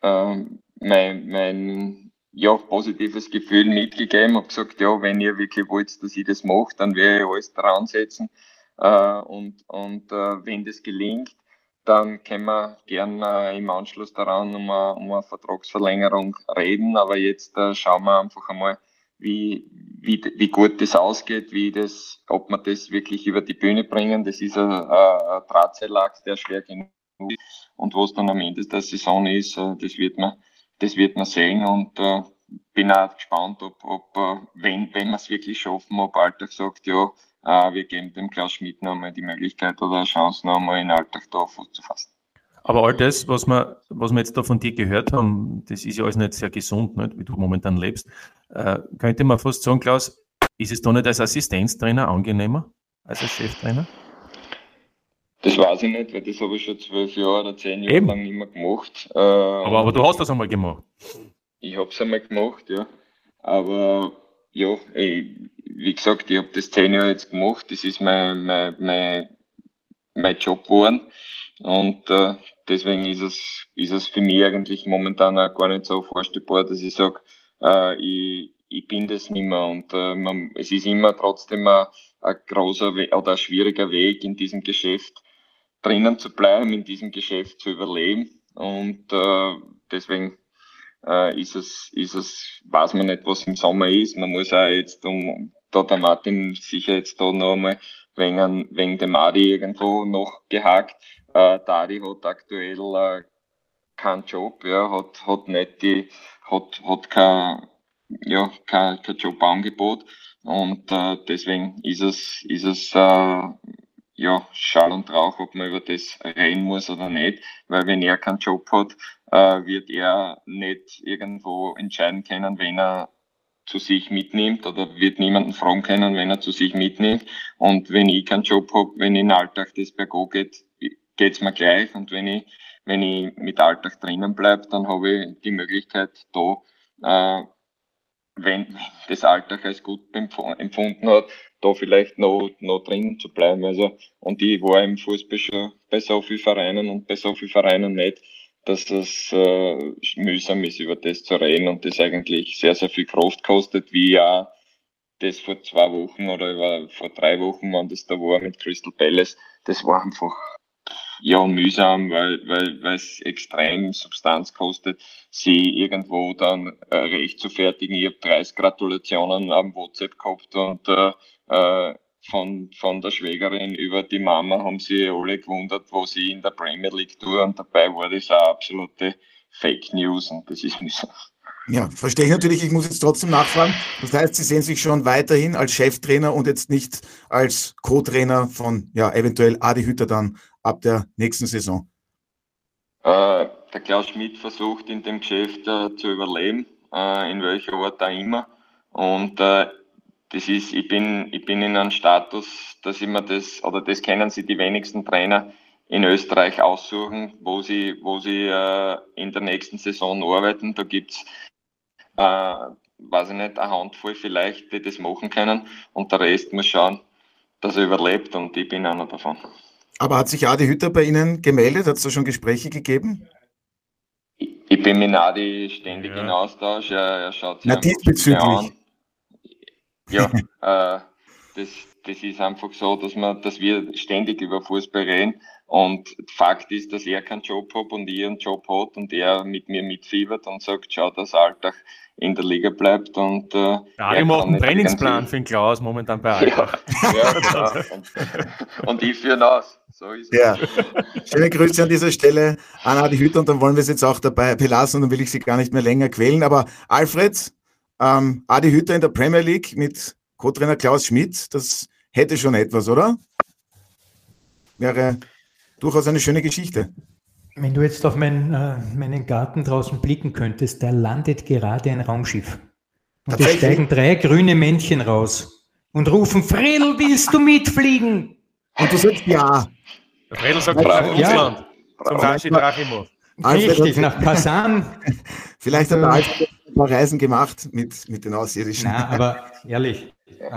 mein positives Gefühl mitgegeben, habe gesagt, ja, wenn ihr wirklich wollt, dass ich das mache, dann werde ich alles dran setzen. Und wenn das gelingt, dann können wir gerne im Anschluss daran um eine Vertragsverlängerung reden. Aber jetzt schauen wir einfach einmal, wie gut das ausgeht, ob wir das wirklich über die Bühne bringen. Das ist ein Drahtseilachs, der schwer genug ist. Und was dann am Ende der Saison ist, das wird man sehen. Und bin auch gespannt, ob wenn wir es wirklich schaffen, ob Altach sagt, ja, wir geben dem Klaus Schmidt noch einmal die Möglichkeit oder eine Chance, noch einmal in Alltag da Fuß zu fassen. Aber all das, was wir jetzt da von dir gehört haben, das ist ja alles nicht sehr gesund, nicht, wie du momentan lebst. Könnte man fast sagen, Klaus, ist es da nicht als Assistenztrainer angenehmer als als Cheftrainer? Das weiß ich nicht, weil das habe ich schon 12 Jahre oder 10 Jahre lang nicht mehr gemacht. Aber du hast das einmal gemacht. Ich habe es einmal gemacht, ja. Aber ja, wie gesagt, ich habe das 10 Jahre jetzt gemacht. Das ist mein Job geworden. Und deswegen ist es für mich eigentlich momentan auch gar nicht so vorstellbar, dass ich sage, ich bin das nicht mehr. Und es ist immer trotzdem ein großer oder ein schwieriger Weg, in diesem Geschäft drinnen zu bleiben, in diesem Geschäft zu überleben. Und deswegen weiß man nicht, was im Sommer ist. Man muss auch jetzt, da der Martin sicher jetzt da noch einmal wegen dem Adi irgendwo noch gehakt. Der Adi hat aktuell keinen Job, ja, hat kein Jobangebot. Und deswegen ist es Schall und Rauch, ob man über das reden muss oder nicht, weil wenn er keinen Job hat, wird er nicht irgendwo entscheiden können, wenn er zu sich mitnimmt, oder wird niemanden fragen können, wenn er zu sich mitnimmt. Und wenn ich keinen Job habe, wenn in den Alltag das bergab geht, geht's mir gleich. Und wenn ich mit Alltag drinnen bleibe, dann habe ich die Möglichkeit da, wenn das Alltag als gut empfunden hat, da vielleicht noch drin zu bleiben. Also, und ich war im Fußball schon bei so vielen Vereinen und bei so vielen Vereinen nicht, dass es mühsam ist, über das zu reden und das eigentlich sehr, sehr viel Kraft kostet, wie auch das vor 2 Wochen oder vor 3 Wochen, wann das da war mit Crystal Palace. Das war einfach mühsam, weil es extrem Substanz kostet, sie irgendwo dann recht zu fertigen. Ich habe 30 Gratulationen am WhatsApp gehabt und von der Schwägerin über die Mama haben sie alle gewundert, wo sie in der Premier League tue, und dabei war das eine absolute Fake News und das ist mühsam. Ja, verstehe ich natürlich. Ich muss jetzt trotzdem nachfragen. Das heißt, Sie sehen sich schon weiterhin als Cheftrainer und jetzt nicht als Co-Trainer von eventuell Adi Hütter dann ab der nächsten Saison. Der Klaus Schmidt versucht in dem Geschäft zu überleben, in welcher Art auch immer. Und ich bin in einem Status, dass ich mir das kennen Sie die wenigsten Trainer in Österreich aussuchen, wo sie in der nächsten Saison arbeiten. Da gibt's weiß ich nicht, eine Handvoll vielleicht, die das machen können, und der Rest muss schauen, dass er überlebt, und ich bin einer davon. Aber hat sich Adi Hütter bei Ihnen gemeldet? Hat es da schon Gespräche gegeben? Ich bin mit Adi ständig in Austausch. Er schaut sich diesbezüglich an. Ja, das ist einfach so, dass wir ständig über Fußball reden. Und Fakt ist, dass er keinen Job hat und ich einen Job hat und er mit mir mitfiebert und sagt, schau, dass Alltag in der Liga bleibt. Und ich mache einen Trainingsplan für den Klaus momentan bei Alltag. Ja, genau. Und ich führe ihn aus. So ist es. Ja. Schöne Grüße an dieser Stelle an Adi Hütter, und dann wollen wir es jetzt auch dabei belassen und dann will ich Sie gar nicht mehr länger quälen. Aber Alfred, Adi Hütter in der Premier League mit Co-Trainer Klaus Schmidt, das hätte schon etwas, oder? Wäre durchaus eine schöne Geschichte. Wenn du jetzt auf meinen Garten draußen blicken könntest, da landet gerade ein Raumschiff. Und es steigen 3 grüne Männchen raus und rufen, Fredl, willst du mitfliegen? Und du sagst ja. Der Fredl sagt nach Russland, zum Rashid Rachimov. Richtig, nach Kasan. Vielleicht hat er Alfred ein paar Reisen gemacht mit den Außerirdischen. Na, aber ehrlich,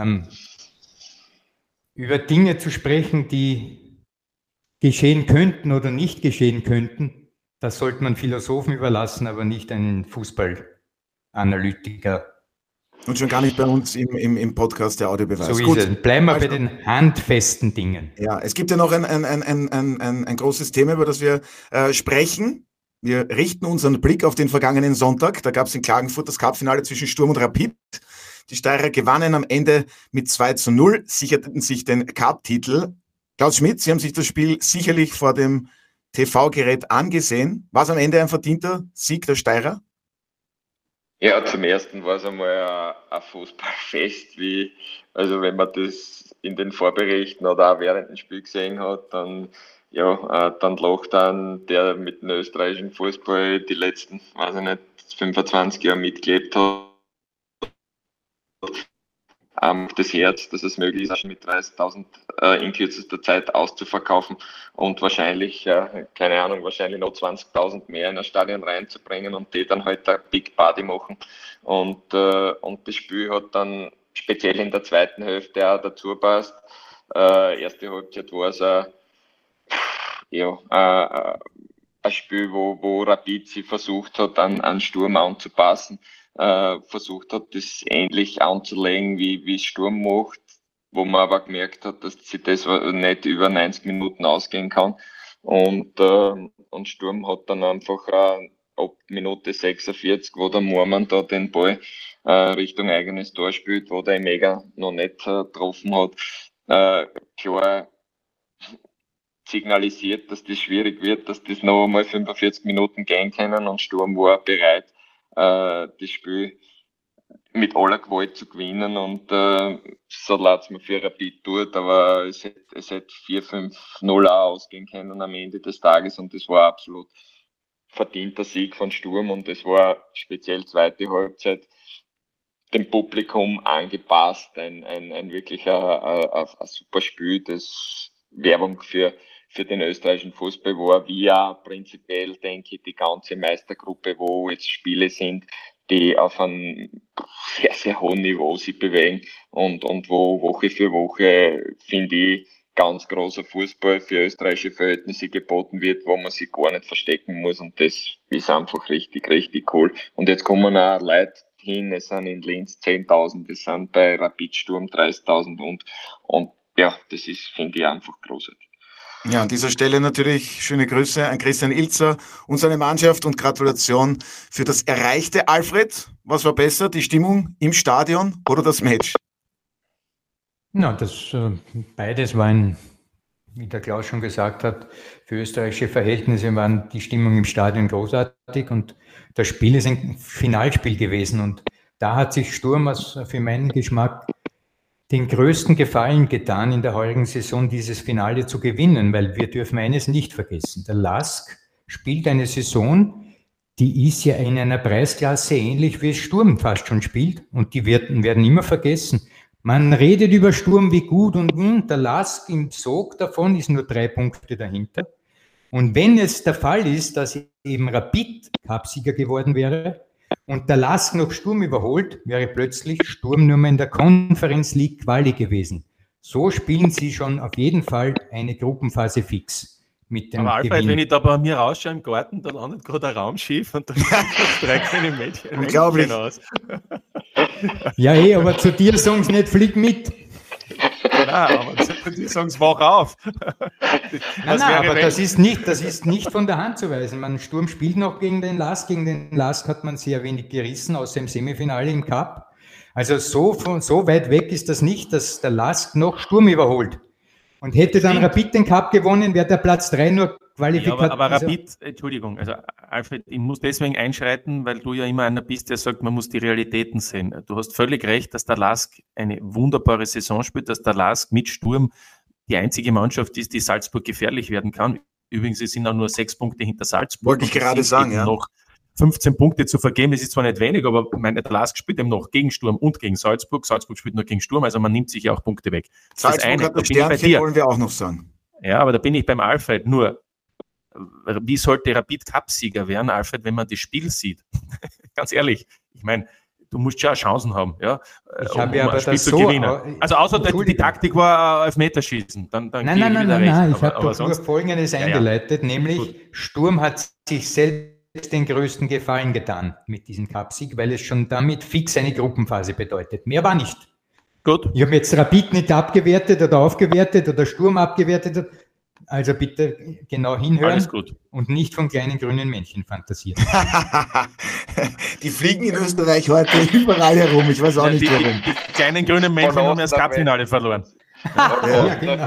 über Dinge zu sprechen, die geschehen könnten oder nicht geschehen könnten, das sollte man Philosophen überlassen, aber nicht einen Fußballanalytiker. Und schon gar nicht bei uns im Podcast der Audiobeweis. So ist es. Bleiben wir bei den handfesten Dingen. Ja, es gibt ja noch ein großes Thema, über das wir sprechen. Wir richten unseren Blick auf den vergangenen Sonntag. Da gab es in Klagenfurt das Cup-Finale zwischen Sturm und Rapid. Die Steirer gewannen am Ende mit 2:0, sicherten sich den Cup-Titel. Klaus Schmidt, Sie haben sich das Spiel sicherlich vor dem TV-Gerät angesehen. War es am Ende ein verdienter Sieg der Steirer? Ja, zum ersten war es einmal ein Fußballfest, also wenn man das in den Vorberichten oder auch während dem Spiel gesehen hat, dann lacht dann der mit dem österreichischen Fußball die letzten, 25 Jahre mitgelebt hat. Das Herz, dass es möglich ist, mit 30.000 in kürzester Zeit auszuverkaufen und wahrscheinlich noch 20.000 mehr in ein Stadion reinzubringen und die dann halt eine Big Party machen. Und das Spiel hat dann speziell in der zweiten Hälfte auch dazu passt. Erste Halbzeit war es ein Spiel, wo Rapid sich versucht hat, an Sturm anzupassen. Versucht hat, das ähnlich anzulegen, wie es Sturm macht, wo man aber gemerkt hat, dass sie das nicht über 90 Minuten ausgehen kann. Und Sturm hat dann einfach ab Minute 46, wo der Moormann da den Ball Richtung eigenes Tor spielt, wo der Mega noch nicht getroffen hat, klar signalisiert, dass das schwierig wird, dass das noch einmal 45 Minuten gehen können, und Sturm war bereit, das Spiel mit aller Gewalt zu gewinnen, und so leid es mir für Rapid tut, aber es hätte 4-5-0 auch ausgehen können am Ende des Tages, und das war absolut verdienter Sieg von Sturm, und das war speziell zweite Halbzeit dem Publikum angepasst, ein wirklich ein super Spiel, das Werbung für den österreichischen Fußball war, wie auch prinzipiell, denke ich, die ganze Meistergruppe, wo jetzt Spiele sind, die auf einem sehr, sehr hohen Niveau sich bewegen und wo Woche für Woche, finde ich, ganz großer Fußball für österreichische Verhältnisse geboten wird, wo man sich gar nicht verstecken muss, und das ist einfach richtig, richtig cool. Und jetzt kommen auch Leute hin, es sind in Linz 10.000, es sind bei Rapid Sturm 30.000 und ja, das ist, finde ich, einfach großartig. Ja, an dieser Stelle natürlich schöne Grüße an Christian Ilzer und seine Mannschaft und Gratulation für das Erreichte. Alfred, was war besser, die Stimmung im Stadion oder das Match? Na, beides war wie der Klaus schon gesagt hat, für österreichische Verhältnisse waren die Stimmung im Stadion großartig, und das Spiel ist ein Finalspiel gewesen, und da hat sich Sturm für meinen Geschmack den größten Gefallen getan, in der heurigen Saison dieses Finale zu gewinnen, weil wir dürfen eines nicht vergessen. Der LASK spielt eine Saison, die ist ja in einer Preisklasse ähnlich wie es Sturm fast schon spielt, und die werden immer vergessen. Man redet über Sturm wie gut und der LASK im Sog davon ist nur 3 Punkte dahinter. Und wenn es der Fall ist, dass eben Rapid Cupsieger geworden wäre, und der LASK noch Sturm überholt, wäre plötzlich Sturm nur mehr in der Conference League Quali gewesen. So spielen sie schon auf jeden Fall eine Gruppenphase fix. Mit dem aber Alfred, Gewinn. wenn ich da bei mir rausschaue im Garten, da landet gerade ein Raumschiff und da schaut 3 kleine Mädchen Unglaublich aus. Ja, aber zu dir sagen sie nicht, flieg mit. Nein, aber zu dir sagen sie, wach auf. Nein, aber das ist nicht von der Hand zu weisen. Sturm spielt noch gegen den LASK. Gegen den LASK hat man sehr wenig gerissen, außer im Semifinale im Cup. Also so weit weg ist das nicht, dass der LASK noch Sturm überholt. Und hätte dann Rapid den Cup gewonnen, wäre der Platz 3 nur Qualifikation. Ja, aber Rapid, Entschuldigung, also Alfred, ich muss deswegen einschreiten, weil du ja immer einer bist, der sagt, man muss die Realitäten sehen. Du hast völlig recht, dass der LASK eine wunderbare Saison spielt, dass der LASK mit Sturm die einzige Mannschaft ist, die Salzburg gefährlich werden kann. Übrigens, sie sind auch nur 6 Punkte hinter Salzburg. Wollte ich gerade sagen, ja. Noch 15 Punkte zu vergeben, das ist zwar nicht wenig, aber der LASK spielt eben noch gegen Sturm und gegen Salzburg. Salzburg spielt nur gegen Sturm, also man nimmt sich ja auch Punkte weg. Salzburg hat das Sternchen, wollen wir auch noch sagen. Ja, aber da bin ich beim Alfred. Nur, wie sollte Rapid Cup-Sieger werden, Alfred, wenn man das Spiel sieht? Ganz ehrlich, ich meine, du musst ja Chancen haben, ja, ich habe ja aber das so gewinnen. Also außer die Taktik war Elfmeterschießen. Dann nein, ich habe doch nur Folgendes eingeleitet, nämlich gut. Sturm hat sich selbst den größten Gefallen getan mit diesem Cup-Sieg, weil es schon damit fix eine Gruppenphase bedeutet. Mehr war nicht. Gut. Ich habe jetzt Rapid nicht abgewertet oder aufgewertet oder Sturm abgewertet. Also bitte genau hinhören und nicht von kleinen grünen Männchen fantasieren. Die fliegen in Österreich heute überall herum. Ich weiß auch nicht warum. Die kleinen grünen Männchen haben das Cup-Finale verloren. Ja, genau.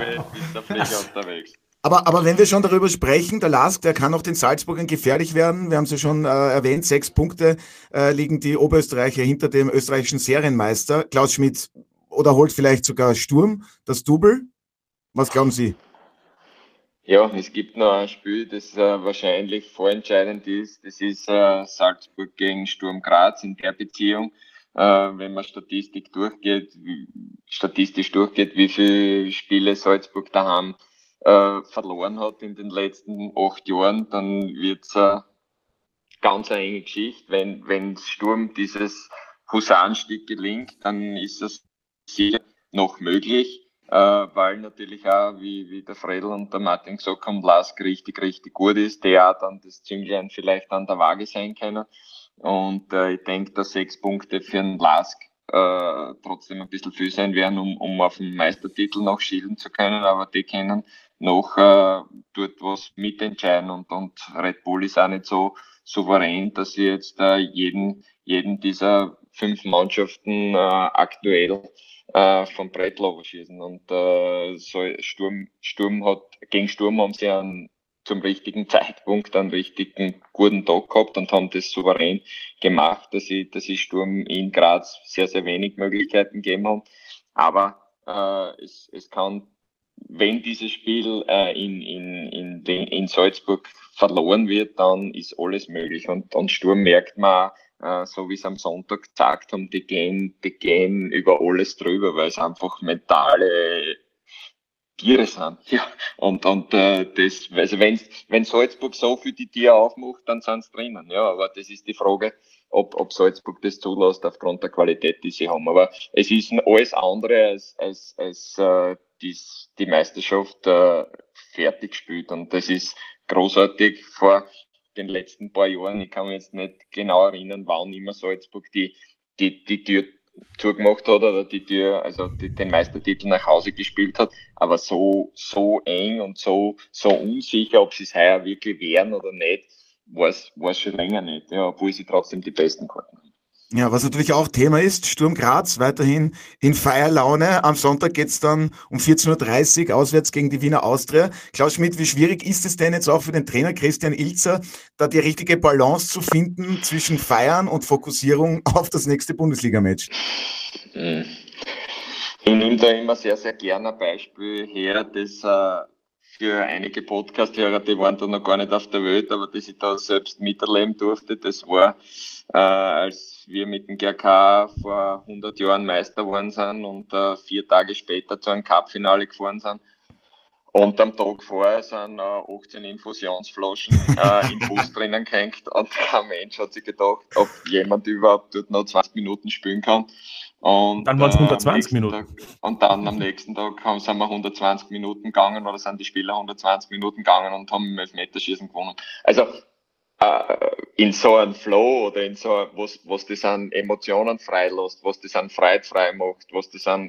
Aber wenn wir schon darüber sprechen, der LASK, der kann auch den Salzburgern gefährlich werden. Wir haben es ja schon erwähnt, 6 Punkte liegen die Oberösterreicher hinter dem österreichischen Serienmeister. Klaus Schmidt, oder holt vielleicht sogar Sturm das Double? Was glauben Sie? Ja, es gibt noch ein Spiel, das wahrscheinlich vorentscheidend ist. Das ist Salzburg gegen Sturm Graz in der Beziehung. Wenn man statistisch durchgeht, wie viele Spiele Salzburg daheim verloren hat in den letzten 8 Jahren, dann wird es ganz eine enge Geschichte. Wenn Sturm dieses Husarenstück gelingt, dann ist es sicher noch möglich, weil natürlich auch, wie der Fredl und der Martin gesagt haben, LASK richtig, richtig gut ist, der auch dann das Zünglein vielleicht an der Waage sein können. Und ich denke, dass 6 Punkte für den LASK trotzdem ein bisschen viel sein werden, um auf den Meistertitel noch schielen zu können, aber die können noch dort was mitentscheiden und Red Bull ist auch nicht so souverän, dass sie jetzt jeden dieser 5 Mannschaften aktuell vom Brett schießen. Und Sturm haben sie zum richtigen Zeitpunkt einen richtigen guten Tag gehabt und haben das souverän gemacht, dass sie Sturm in Graz sehr, sehr wenig Möglichkeiten gegeben haben. Aber es kann, wenn dieses Spiel in Salzburg verloren wird, dann ist alles möglich. Und Sturm merkt man, so wie es am Sonntag gesagt haben, die gehen über alles drüber, weil es einfach mentale Tiere sind. Ja. Und das, also wenn Salzburg so viel die Tiere aufmacht, dann sind sie drinnen. Ja, aber das ist die Frage, ob Salzburg das zulässt aufgrund der Qualität, die sie haben. Aber es ist alles andere als die Meisterschaft fertig gespielt. Und das ist großartig. Vor den letzten paar Jahren, ich kann mich jetzt nicht genau erinnern, wann immer Salzburg die Tür zugemacht hat oder die Tür, also den Meistertitel nach Hause gespielt hat, aber so eng und so unsicher, ob sie es heuer wirklich wären oder nicht, war es schon länger nicht, ja, obwohl sie trotzdem die besten Karten haben. Ja, was natürlich auch Thema ist, Sturm Graz weiterhin in Feierlaune. Am Sonntag geht's dann um 14.30 Uhr auswärts gegen die Wiener Austria. Klaus Schmidt, wie schwierig ist es denn jetzt auch für den Trainer Christian Ilzer, da die richtige Balance zu finden zwischen Feiern und Fokussierung auf das nächste Bundesliga-Match? Ich nehme da immer sehr, sehr gerne ein Beispiel her, das für einige Podcast-Hörer, die waren da noch gar nicht auf der Welt, aber das ich da selbst miterleben durfte, das war, als wir mit dem GRK vor 100 Jahren Meister geworden sind und 4 Tage später zu einem Cup-Finale gefahren sind. Und am Tag vorher sind 18 Infusionsflaschen im Bus drinnen gehängt und kein Mensch hat sich gedacht, ob jemand überhaupt dort noch 20 Minuten spielen kann. Und dann waren es 120 Minuten. Und dann am nächsten Tag sind wir 120 Minuten gegangen oder sind die Spieler 120 Minuten gegangen und haben im Elfmeterschießen gewonnen. Also in so einem Flow oder in so was das an Emotionen freilässt, was das an Freude frei macht, was das an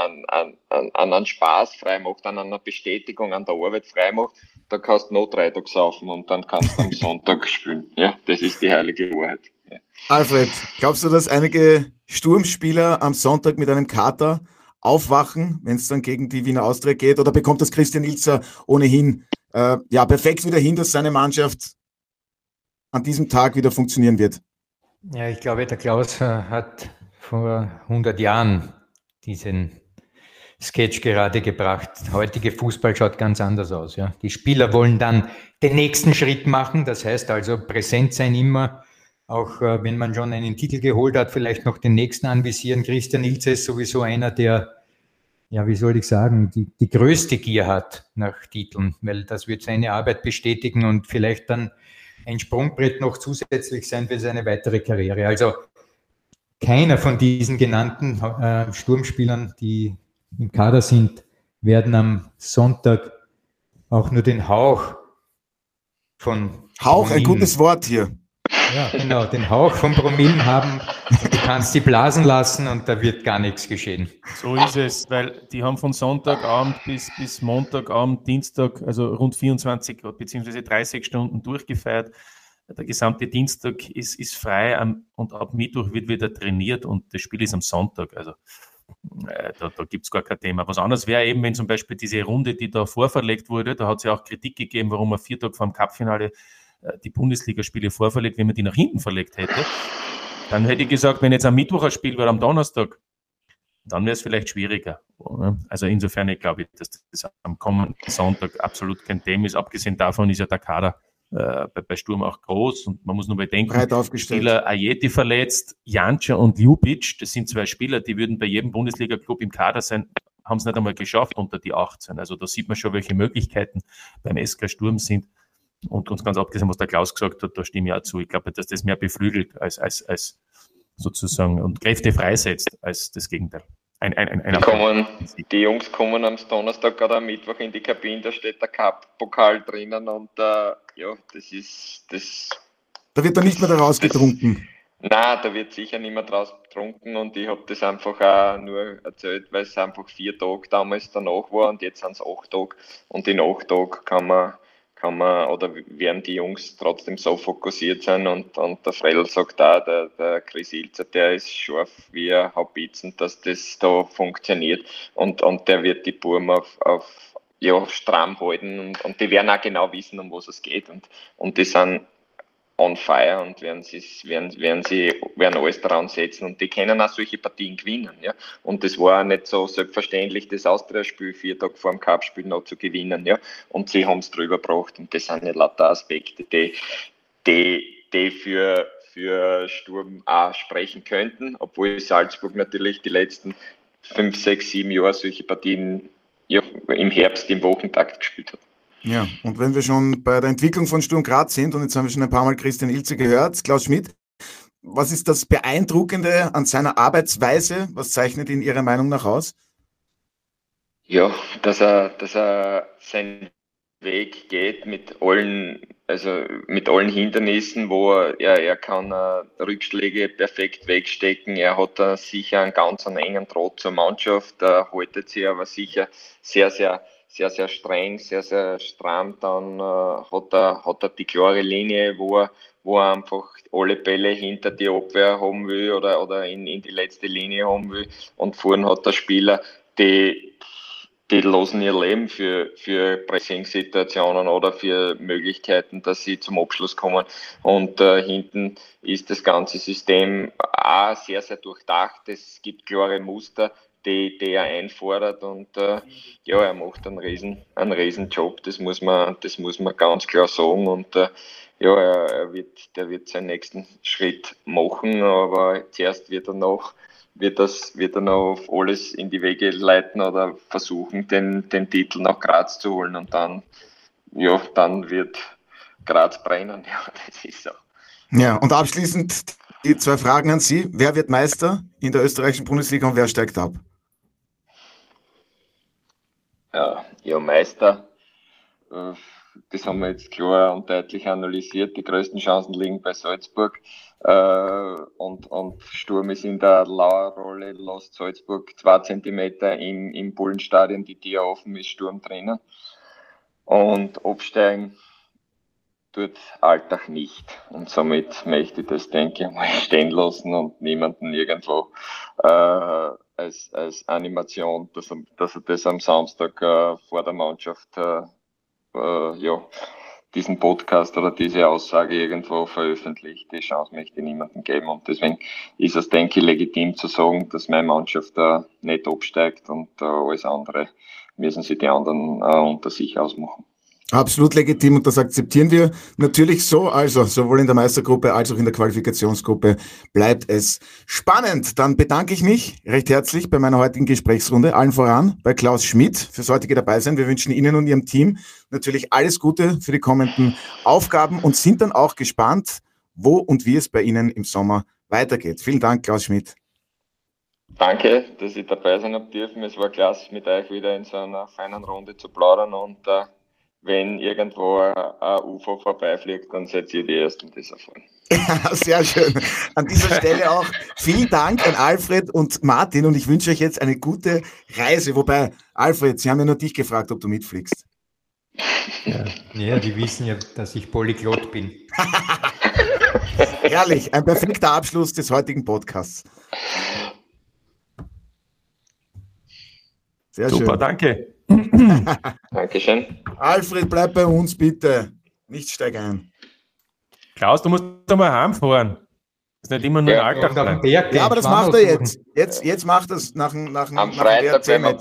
Spaß frei macht, an einer Bestätigung an der Arbeit frei macht, da kannst du noch 3 Tage saufen und dann kannst du am Sonntag spielen. Ja, das ist die heilige Wahrheit. Ja. Alfred, glaubst du, dass einige Sturmspieler am Sonntag mit einem Kater aufwachen, wenn es dann gegen die Wiener Austria geht, oder bekommt das Christian Ilzer ohnehin perfekt wieder hin, dass seine Mannschaft an diesem Tag wieder funktionieren wird? Ja, ich glaube, der Klaus hat vor 100 Jahren diesen Sketch gerade gebracht. Heutige Fußball schaut ganz anders aus. Ja. Die Spieler wollen dann den nächsten Schritt machen, das heißt also präsent sein immer, auch wenn man schon einen Titel geholt hat, vielleicht noch den nächsten anvisieren. Christian Ilze ist sowieso einer, der, ja, wie soll ich sagen, die größte Gier hat nach Titeln, weil das wird seine Arbeit bestätigen und vielleicht dann ein Sprungbrett noch zusätzlich sein für seine weitere Karriere. Also keiner von diesen genannten Sturmspielern, die im Kader sind, werden am Sonntag auch nur den Hauch von Hauch, Promillen, ein gutes Wort hier. ja, genau, den Hauch von Promillen haben. Du kannst die blasen lassen und da wird gar nichts geschehen. So ist es, weil die haben von Sonntagabend bis Montagabend, Dienstag, also rund 24 bzw. 30 Stunden durchgefeiert. Der gesamte Dienstag ist frei und ab Mittwoch wird wieder trainiert und das Spiel ist am Sonntag. Also da gibt es gar kein Thema. Was anderes wäre eben, wenn zum Beispiel diese Runde, die da vorverlegt wurde, da hat es ja auch Kritik gegeben, warum man 4 Tage vor dem Cup-Finale die Bundesligaspiele vorverlegt, wenn man die nach hinten verlegt hätte. Dann hätte ich gesagt, wenn jetzt am Mittwoch ein Spiel wäre, am Donnerstag, dann wäre es vielleicht schwieriger. Also insofern, ich glaube, dass das am kommenden Sonntag absolut kein Thema ist. Abgesehen davon ist ja der Kader bei Sturm auch groß und man muss nur bedenken, Spieler Ajeti verletzt, Janča und Ljubic, das sind 2 Spieler, die würden bei jedem Bundesliga-Club im Kader sein, haben es nicht einmal geschafft unter die 18. Also da sieht man schon, welche Möglichkeiten beim SK Sturm sind. Und ganz abgesehen, was der Klaus gesagt hat, da stimme ich auch zu. Ich glaube, dass das mehr beflügelt als sozusagen und Kräfte freisetzt als das Gegenteil. Die Jungs kommen am Donnerstag oder am Mittwoch in die Kabine, da steht der Cup-Pokal drinnen und ja, das ist das. Da wird dann nicht mehr daraus getrunken. Nein, da wird sicher nicht mehr draus getrunken und ich habe das einfach auch nur erzählt, weil es einfach 4 Tage damals danach war und jetzt sind es 8 Tage und in 8 Tagen kann man oder werden die Jungs trotzdem so fokussiert sein und der Frell sagt auch, der Chris Ilzer, der ist scharf wie ein Haubitzen, dass das da funktioniert und der wird die Buben auf stramm halten und die werden auch genau wissen, um was es geht und die sind on fire und werden alles daran setzen und die können auch solche Partien gewinnen. Ja? Und das war auch nicht so selbstverständlich, das Austria-Spiel 4 Tage vor dem Cup-Spiel noch zu gewinnen. Ja? Und sie haben es drüber gebracht und das sind nicht lauter Aspekte, die für Sturm auch sprechen könnten, obwohl Salzburg natürlich die letzten 5, 6, 7 Jahre solche Partien im Herbst im Wochentakt gespielt hat. Ja, und wenn wir schon bei der Entwicklung von Sturm Graz sind, und jetzt haben wir schon ein paar Mal Christian Ilze gehört, Klaus Schmidt, was ist das Beeindruckende an seiner Arbeitsweise? Was zeichnet ihn Ihrer Meinung nach aus? Ja, dass er seinen Weg geht mit allen Hindernissen, wo er kann Rückschläge perfekt wegstecken. Er hat sicher einen ganz engen Draht zur Mannschaft, haltet sich aber sicher sehr, sehr streng, sehr, sehr stramm. Dann hat er die klare Linie, wo er einfach alle Bälle hinter die Abwehr haben will oder in die letzte Linie haben will. Und vorne hat er Spieler, die losen ihr Leben für Pressing-Situationen oder für Möglichkeiten, dass sie zum Abschluss kommen. Und hinten ist das ganze System auch sehr, sehr durchdacht. Es gibt klare Muster, die er einfordert und er macht einen riesen Job, das muss man ganz klar sagen und der wird seinen nächsten Schritt machen, aber zuerst wird er noch auf alles in die Wege leiten oder versuchen, den Titel nach Graz zu holen und dann wird Graz brennen, ja, das ist so. Ja, und abschließend die 2 Fragen an Sie. Wer wird Meister in der österreichischen Bundesliga und wer steigt ab? Ja, Meister, das haben wir jetzt klar und deutlich analysiert. Die größten Chancen liegen bei Salzburg und Sturm ist in der Lauerrolle, lässt Salzburg 2 Zentimeter im Bullenstadion, die Tür offen ist, Sturm drinnen. Und absteigen tut Altach nicht. Und somit möchte ich das, denke ich, mal stehen lassen und niemanden irgendwo als Animation, dass er das am Samstag vor der Mannschaft diesen Podcast oder diese Aussage irgendwo veröffentlicht. Die Chance möchte ich niemandem geben und deswegen ist es, denke ich, legitim zu sagen, dass meine Mannschaft nicht absteigt und alles andere müssen sich die anderen unter sich ausmachen. Absolut legitim und das akzeptieren wir natürlich so. Also sowohl in der Meistergruppe als auch in der Qualifikationsgruppe bleibt es spannend. Dann bedanke ich mich recht herzlich bei meiner heutigen Gesprächsrunde, allen voran bei Klaus Schmidt fürs heutige Dabeisein. Wir wünschen Ihnen und Ihrem Team natürlich alles Gute für die kommenden Aufgaben und sind dann auch gespannt, wo und wie es bei Ihnen im Sommer weitergeht. Vielen Dank, Klaus Schmidt. Danke, dass ich dabei sein habe dürfen. Es war klasse, mit euch wieder in so einer feinen Runde zu plaudern und wenn irgendwo ein UFO vorbeifliegt, dann seid ihr die Ersten, die es erfahren. Sehr schön. An dieser Stelle auch vielen Dank an Alfred und Martin und ich wünsche euch jetzt eine gute Reise. Wobei, Alfred, sie haben ja nur dich gefragt, ob du mitfliegst. Ja, die wissen ja, dass ich Polyglot bin. Herrlich, ein perfekter Abschluss des heutigen Podcasts. Sehr Super, schön. danke. Dankeschön. Alfred, bleib bei uns bitte. Nicht steig ein. Klaus, du musst doch mal heimfahren. Das ist nicht immer nur ein Alltag bleiben. Ja, aber das macht er jetzt. Jetzt macht er es nach dem Am Freitag, wenn wir